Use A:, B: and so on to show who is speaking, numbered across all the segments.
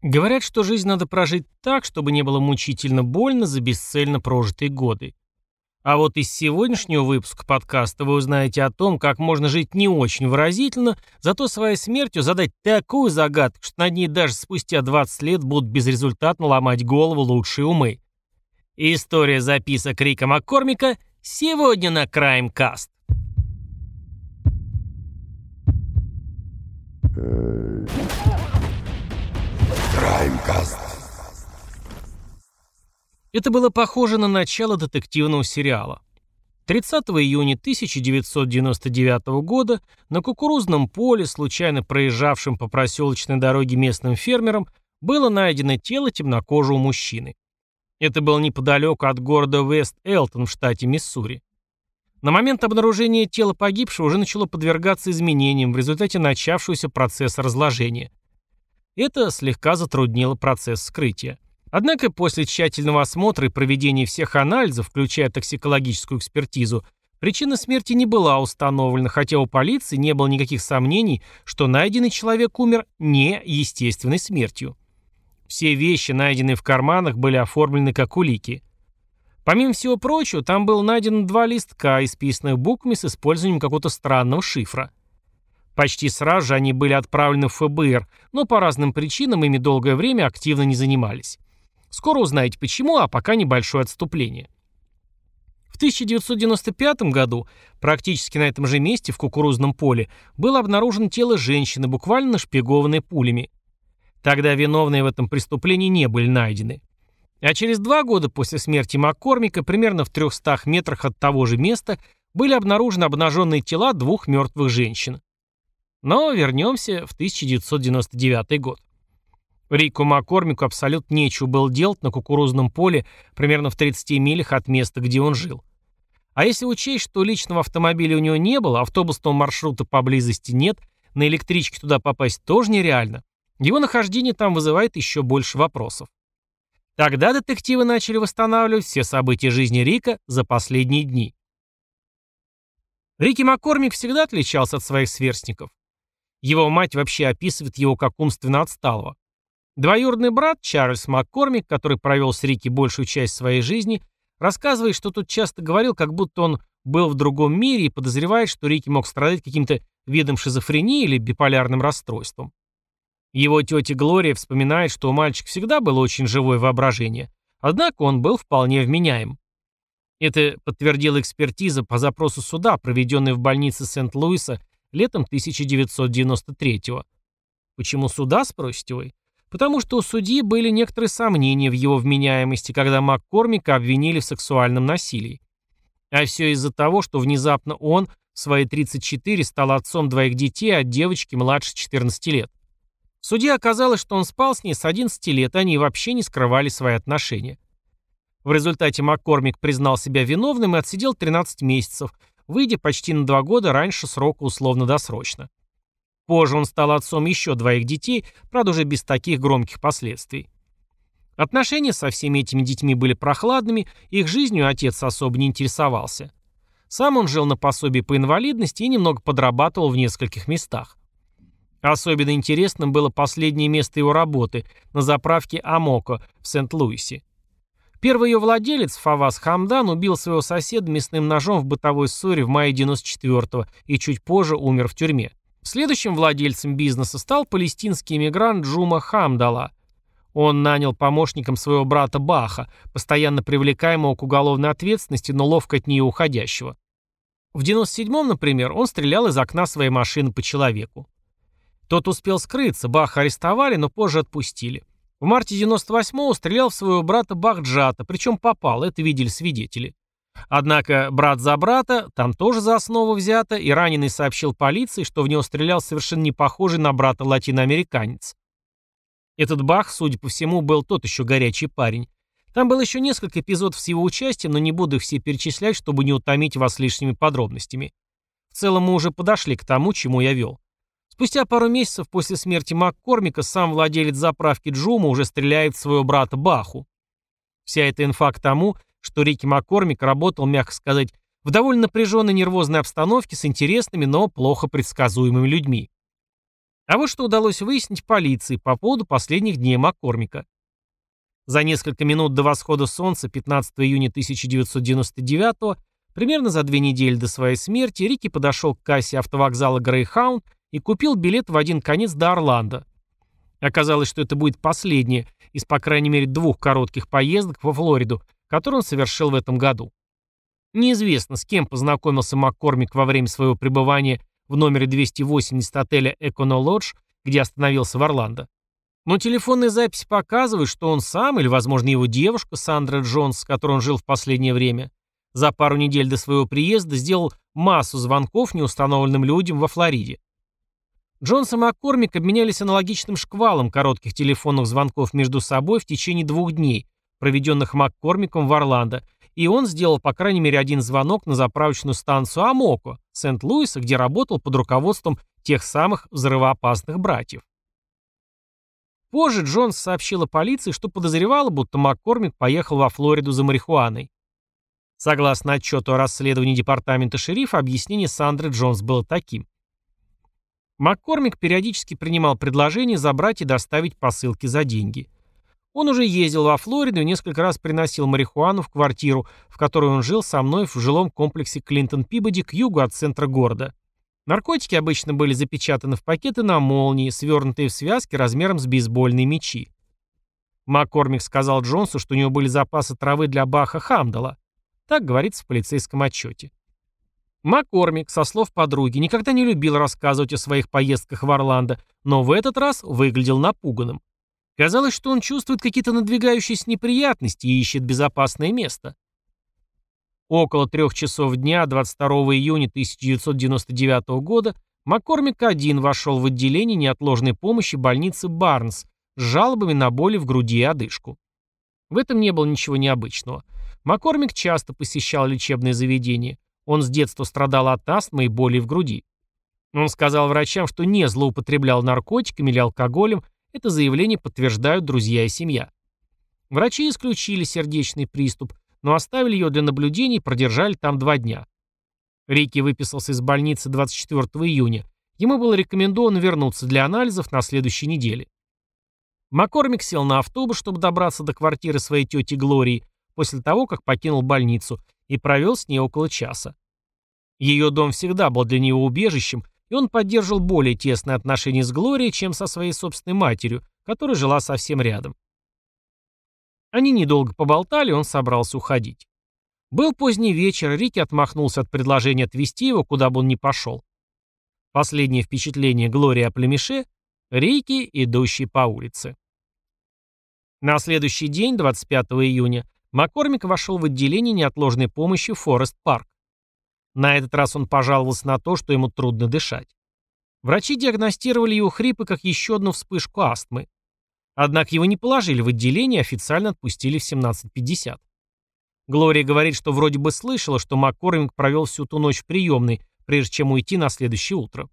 A: Говорят, что жизнь надо прожить так, чтобы не было мучительно больно за бесцельно прожитые годы. А вот из сегодняшнего выпуска подкаста вы узнаете о том, как можно жить не очень выразительно, зато своей смертью задать такую загадку, что над ней даже спустя 20 лет будут безрезультатно ломать голову лучшие умы. История записок Рика Маккормика сегодня на Crimecast.
B: Crimecast.
A: Это было похоже на начало детективного сериала. 30 июня 1999 года на кукурузном поле, случайно проезжавшем по проселочной дороге местным фермерам, было найдено тело темнокожего мужчины. Это было неподалеку от города Вест-Элтон в штате Миссури. На момент обнаружения тела погибшего уже начало подвергаться изменениям в результате начавшегося процесса разложения. Это слегка затруднило процесс вскрытия. Однако после тщательного осмотра и проведения всех анализов, включая токсикологическую экспертизу, причина смерти не была установлена, хотя у полиции не было никаких сомнений, что найденный человек умер не естественной смертью. Все вещи, найденные в карманах, были оформлены как улики. Помимо всего прочего, там было найдено 2 листка, исписанных буквами с использованием какого-то странного шифра. Почти сразу же они были отправлены в ФБР, но по разным причинам ими долгое время активно не занимались. Скоро узнаете почему, а пока небольшое отступление. В 1995 году, практически на этом же месте, в кукурузном поле, было обнаружено тело женщины, буквально нашпигованной пулями. Тогда виновные в этом преступлении не были найдены. А через 2 года после смерти Маккормика, примерно в 300 метрах от того же места, были обнаружены обнаженные тела 2 мертвых женщин. Но вернемся в 1999 год. Рику Маккормику абсолютно нечего было делать на кукурузном поле примерно в 30 милях от места, где он жил. А если учесть, что личного автомобиля у него не было, автобусного маршрута поблизости нет, на электричке туда попасть тоже нереально, его нахождение там вызывает еще больше вопросов. Тогда детективы начали восстанавливать все события жизни Рика за последние дни. Рики Маккормик всегда отличался от своих сверстников. Его мать вообще описывает его как умственно отсталого. Двоюродный брат Чарльз Маккормик, который провел с Рики большую часть своей жизни, рассказывает, что тот часто говорил, как будто он был в другом мире и подозревает, что Рики мог страдать каким-то видом шизофрении или биполярным расстройством. Его тетя Глория вспоминает, что у мальчика всегда было очень живое воображение, однако он был вполне вменяем. Это подтвердила экспертиза по запросу суда, проведенная в больнице Сент-Луиса летом 1993-го. Почему суда, спросите вы? Потому что у судьи были некоторые сомнения в его вменяемости, когда Маккормика обвинили в сексуальном насилии. А все из-за того, что внезапно он в свои 34 стал отцом 2 детей от девочки младше 14 лет. В суде оказалось, что он спал с ней с 11 лет, они вообще не скрывали свои отношения. В результате Маккормик признал себя виновным и отсидел 13 месяцев, выйдя почти на 2 года раньше срока условно-досрочно. Позже он стал отцом еще 2 детей, правда уже без таких громких последствий. Отношения со всеми этими детьми были прохладными, их жизнью отец особо не интересовался. Сам он жил на пособии по инвалидности и немного подрабатывал в нескольких местах. Особенно интересным было последнее место его работы на заправке Амоко в Сент-Луисе. Первый ее владелец, Фаваз Хамдан, убил своего соседа мясным ножом в бытовой ссоре в мае 94-го и чуть позже умер в тюрьме. Следующим владельцем бизнеса стал палестинский иммигрант Джума Хамдала. Он нанял помощником своего брата Баха, постоянно привлекаемого к уголовной ответственности, но ловко от нее уходящего. В 97-м, например, он стрелял из окна своей машины по человеку. Тот успел скрыться, Баха арестовали, но позже отпустили. В марте 98-го стрелял в своего брата Бахджата, причем попал, это видели свидетели. Однако брат за брата, там тоже за основу взято, и раненый сообщил полиции, что в него стрелял совершенно не похожий на брата латиноамериканец. Этот Бах, судя по всему, был тот еще горячий парень. Там было еще несколько эпизодов с его участием, но не буду их все перечислять, чтобы не утомить вас лишними подробностями. В целом мы уже подошли к тому, чему я вел. Спустя пару месяцев после смерти Маккормика сам владелец заправки Джума уже стреляет в своего брата Баху. Вся эта инфа к тому, что Рики Маккормик работал, мягко сказать, в довольно напряженной нервозной обстановке с интересными, но плохо предсказуемыми людьми. А вот что удалось выяснить полиции по поводу последних дней Маккормика. За несколько минут до восхода солнца 15 июня 1999, примерно за 2 недели до своей смерти, Рики подошел к кассе автовокзала Грейхаунд и купил билет в один конец до Орландо. Оказалось, что это будет последняя из, по крайней мере, 2 коротких поездок во Флориду, которые он совершил в этом году. Неизвестно, с кем познакомился Маккормик во время своего пребывания в номере 280 отеля Econo Lodge, где остановился в Орландо. Но телефонная запись показывает, что он сам, или, возможно, его девушка Сандра Джонс, с которой он жил в последнее время, за пару недель до своего приезда сделал массу звонков неустановленным людям во Флориде. Джонс и Маккормик обменялись аналогичным шквалом коротких телефонных звонков между собой в течение 2 дней, проведенных Маккормиком в Орландо, и он сделал по крайней мере один звонок на заправочную станцию Амоко, Сент-Луиса, где работал под руководством тех самых взрывоопасных братьев. Позже Джонс сообщила полиции, что подозревала, будто Маккормик поехал во Флориду за марихуаной. Согласно отчету о расследовании департамента шерифа, объяснение Сандры Джонс было таким. Маккормик периодически принимал предложение забрать и доставить посылки за деньги. Он уже ездил во Флориду и несколько раз приносил марихуану в квартиру, в которой он жил со мной в жилом комплексе Клинтон-Пибоди к югу от центра города. Наркотики обычно были запечатаны в пакеты на молнии, свернутые в связки размером с бейсбольные мячи. Маккормик сказал Джонсу, что у него были запасы травы для Баха Хамдала. Так говорится в полицейском отчете. Маккормик, со слов подруги, никогда не любил рассказывать о своих поездках в Орландо, но в этот раз выглядел напуганным. Казалось, что он чувствует какие-то надвигающиеся неприятности и ищет безопасное место. Около 3 часов дня 22 июня 1999 года Маккормик один вошел в отделение неотложной помощи больницы Барнс с жалобами на боли в груди и одышку. В этом не было ничего необычного. Маккормик часто посещал лечебные заведения. Он с детства страдал от астмы и боли в груди. Он сказал врачам, что не злоупотреблял наркотиками или алкоголем. Это заявление подтверждают друзья и семья. Врачи исключили сердечный приступ, но оставили ее для наблюдения и продержали там 2 дня. Рики выписался из больницы 24 июня. Ему было рекомендовано вернуться для анализов на следующей неделе. Маккормик сел на автобус, чтобы добраться до квартиры своей тети Глории, после того, как покинул больницу, и провел с ней около часа. Ее дом всегда был для него убежищем, и он поддерживал более тесные отношения с Глорией, чем со своей собственной матерью, которая жила совсем рядом. Они недолго поболтали, он собрался уходить. Был поздний вечер, Рики отмахнулся от предложения отвезти его, куда бы он ни пошел. Последнее впечатление Глории о племеше — Рики, идущий по улице. На следующий день, 25 июня, Маккормик вошел в отделение неотложной помощи в Форест-парк. На этот раз он пожаловался на то, что ему трудно дышать. Врачи диагностировали его хрипы как еще одну вспышку астмы. Однако его не положили в отделение и официально отпустили в 17:50. Глория говорит, что вроде бы слышала, что Маккормик провел всю ту ночь в приемной, прежде чем уйти на следующее утро.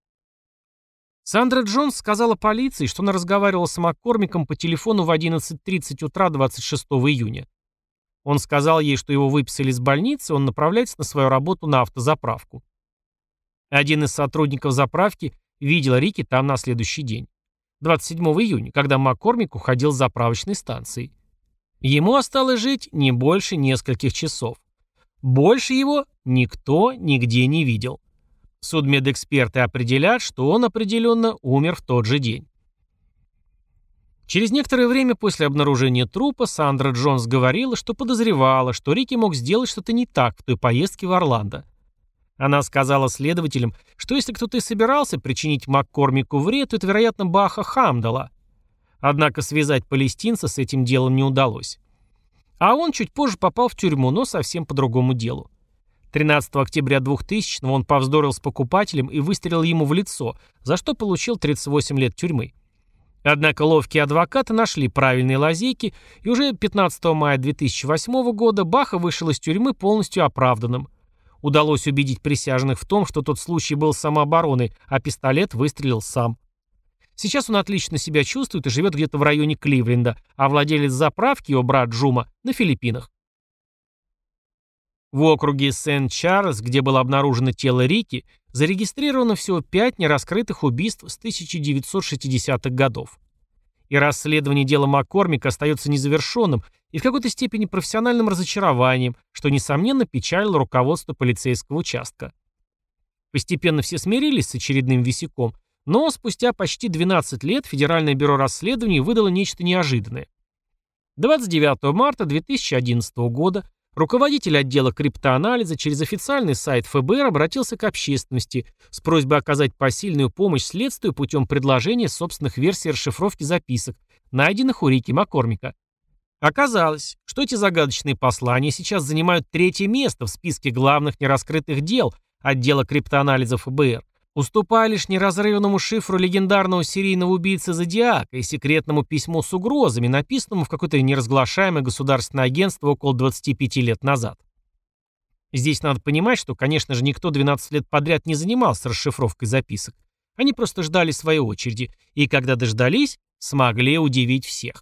A: Сандра Джонс сказала полиции, что она разговаривала с Маккормиком по телефону в 11:30 утра 26 июня. Он сказал ей, что его выписали из больницы, он направляется на свою работу на автозаправку. Один из сотрудников заправки видел Рики там на следующий день, 27 июня, когда Маккормик уходил с заправочной станции. Ему осталось жить не больше нескольких часов. Больше его никто нигде не видел. Судмедэксперты определят, что он определенно умер в тот же день. Через некоторое время после обнаружения трупа Сандра Джонс говорила, что подозревала, что Рики мог сделать что-то не так в той поездке в Орландо. Она сказала следователям, что если кто-то и собирался причинить Маккормику вред, то это, вероятно, Баха Хамдала. Однако связать палестинца с этим делом не удалось. А он чуть позже попал в тюрьму, но совсем по другому делу. 13 октября 2000-го он повздорил с покупателем и выстрелил ему в лицо, за что получил 38 лет тюрьмы. Однако ловкие адвокаты нашли правильные лазейки, и уже 15 мая 2008 года Баха вышел из тюрьмы полностью оправданным. Удалось убедить присяжных в том, что тот случай был самообороной, а пистолет выстрелил сам. Сейчас он отлично себя чувствует и живет где-то в районе Кливленда, а владелец заправки, его брат Джума, на Филиппинах. В округе Сент-Чарльз, где было обнаружено тело Рики, зарегистрировано всего 5 нераскрытых убийств с 1960-х годов. И расследование дела Маккормика остается незавершенным и в какой-то степени профессиональным разочарованием, что, несомненно, печалило руководство полицейского участка. Постепенно все смирились с очередным висяком, но спустя почти 12 лет Федеральное бюро расследований выдало нечто неожиданное. 29 марта 2011 года руководитель отдела криптоанализа через официальный сайт ФБР обратился к общественности с просьбой оказать посильную помощь следствию путем предложения собственных версий расшифровки записок, найденных у Рики Маккормика. Оказалось, что эти загадочные послания сейчас занимают 3-е место в списке главных нераскрытых дел отдела криптоанализа ФБР, уступая лишь неразрывному шифру легендарного серийного убийцы Зодиака и секретному письму с угрозами, написанному в какое-то неразглашаемое государственное агентство около 25 лет назад. Здесь надо понимать, что, конечно же, никто 12 лет подряд не занимался расшифровкой записок. Они просто ждали своей очереди, и когда дождались, смогли удивить всех.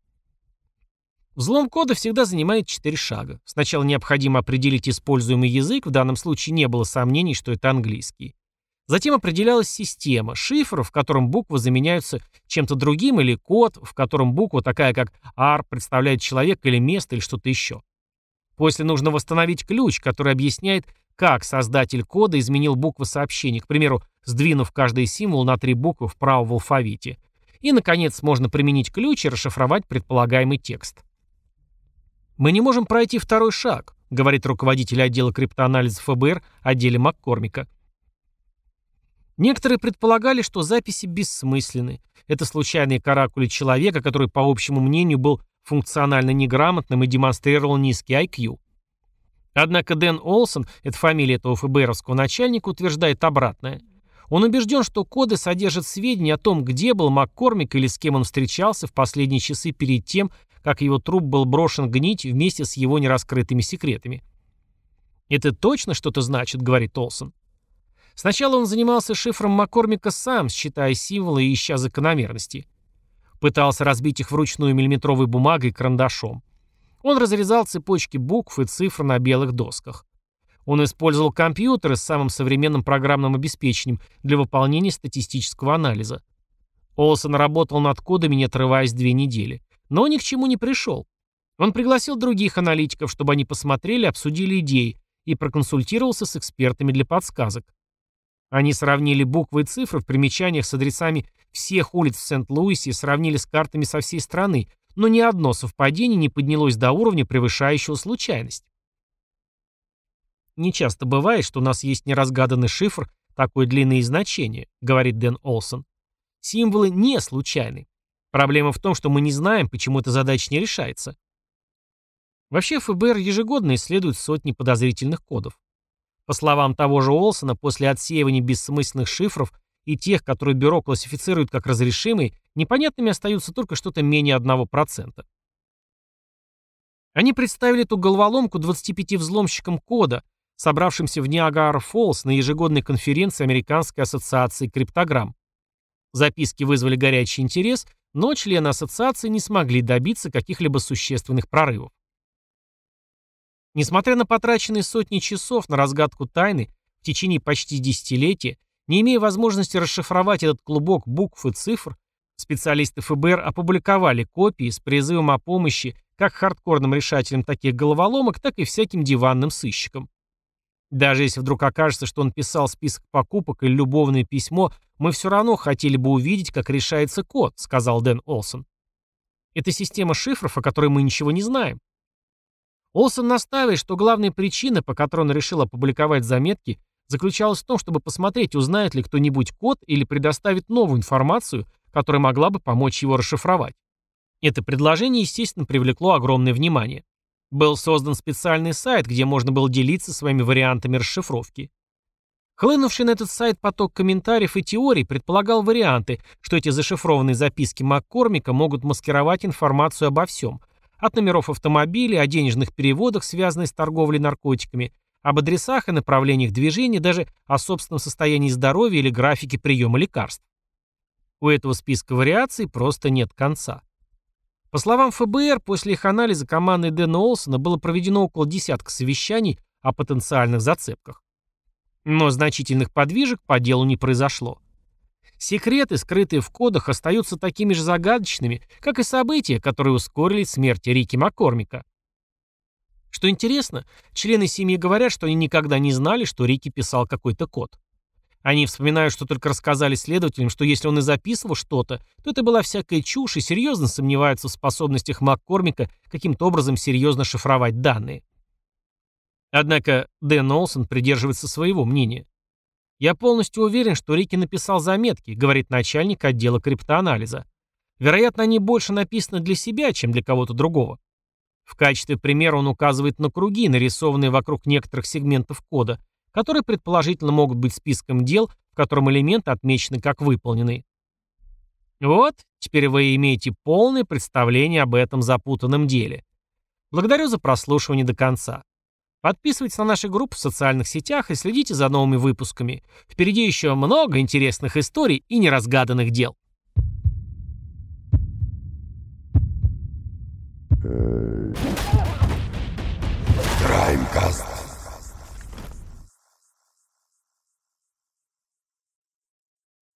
A: Взлом кода всегда занимает 4 шага. Сначала необходимо определить используемый язык, в данном случае не было сомнений, что это английский. Затем определялась система, шифр, в котором буквы заменяются чем-то другим, или код, в котором буква, такая как R, представляет человека или место, или что-то еще. После нужно восстановить ключ, который объясняет, как создатель кода изменил буквы сообщений, к примеру, сдвинув каждый символ на 3 буквы вправо в алфавите. И, наконец, можно применить ключ и расшифровать предполагаемый текст. «Мы не можем пройти второй шаг», — говорит руководитель отдела криптоанализа ФБР о деле Маккормика. Некоторые предполагали, что записи бессмысленны. Это случайные каракули человека, который, по общему мнению, был функционально неграмотным и демонстрировал низкий IQ. Однако Дэн Олсон, это фамилия этого ФБРовского начальника, утверждает обратное. Он убежден, что коды содержат сведения о том, где был Маккормик или с кем он встречался в последние часы перед тем, как его труп был брошен гнить вместе с его нераскрытыми секретами. «Это точно что-то значит», — говорит Олсон. Сначала он занимался шифром Маккормика сам, считая символы и ища закономерности. Пытался разбить их вручную миллиметровой бумагой и карандашом. Он разрезал цепочки букв и цифр на белых досках. Он использовал компьютеры с самым современным программным обеспечением для выполнения статистического анализа. Олсон работал над кодами, не отрываясь 2 недели. Но ни к чему не пришел. Он пригласил других аналитиков, чтобы они посмотрели, обсудили идеи, и проконсультировался с экспертами для подсказок. Они сравнили буквы и цифры в примечаниях с адресами всех улиц в Сент-Луисе и сравнили с картами со всей страны, но ни одно совпадение не поднялось до уровня, превышающего случайность. «Не часто бывает, что у нас есть неразгаданный шифр такой длины и значения», — говорит Дэн Олсон. «Символы не случайны. Проблема в том, что мы не знаем, почему эта задача не решается». Вообще ФБР ежегодно исследует сотни подозрительных кодов. По словам того же Олсона, после отсеивания бессмысленных шифров и тех, которые бюро классифицирует как разрешимые, непонятными остаются только что-то менее 1%. Они представили эту головоломку 25 взломщикам кода, собравшимся в Ниагара-Фоллс на ежегодной конференции Американской ассоциации криптограмм. Записки вызвали горячий интерес, но члены ассоциации не смогли добиться каких-либо существенных прорывов. Несмотря на потраченные сотни часов на разгадку тайны в течение почти десятилетия, не имея возможности расшифровать этот клубок букв и цифр, специалисты ФБР опубликовали копии с призывом о помощи как хардкорным решателям таких головоломок, так и всяким диванным сыщикам. Даже если вдруг окажется, что он писал список покупок или любовное письмо, мы все равно хотели бы увидеть, как решается код, сказал Дэн Олсон. Это система шифров, о которой мы ничего не знаем. Олсон настаивает, что главная причина, по которой он решил опубликовать заметки, заключалась в том, чтобы посмотреть, узнает ли кто-нибудь код или предоставит новую информацию, которая могла бы помочь его расшифровать. Это предложение, естественно, привлекло огромное внимание. Был создан специальный сайт, где можно было делиться своими вариантами расшифровки. Хлынувший на этот сайт поток комментариев и теорий предполагал варианты, что эти зашифрованные записки Маккормика могут маскировать информацию обо всем – от номеров автомобилей, о денежных переводах, связанных с торговлей наркотиками, об адресах и направлениях движения, даже о собственном состоянии здоровья или графике приема лекарств. У этого списка вариаций просто нет конца. По словам ФБР, после их анализа командой Дэна Олсона было проведено около десятка совещаний о потенциальных зацепках. Но значительных подвижек по делу не произошло. Секреты, скрытые в кодах, остаются такими же загадочными, как и события, которые ускорили смерть Рики Маккормика. Что интересно, члены семьи говорят, что они никогда не знали, что Рики писал какой-то код. Они вспоминают, что только рассказали следователям, что если он и записывал что-то, то это была всякая чушь, и серьезно сомневаются в способностях Маккормика каким-то образом серьезно шифровать данные. Однако Дэн Олсон придерживается своего мнения. «Я полностью уверен, что Рики написал заметки», — говорит начальник отдела криптоанализа. «Вероятно, они больше написаны для себя, чем для кого-то другого». В качестве примера он указывает на круги, нарисованные вокруг некоторых сегментов кода, которые предположительно могут быть списком дел, в котором элементы отмечены как выполненные. Вот, теперь вы имеете полное представление об этом запутанном деле. Благодарю за прослушивание до конца. Подписывайтесь на наши группы в социальных сетях и следите за новыми выпусками. Впереди еще много интересных историй и неразгаданных дел.
B: Краймкаст.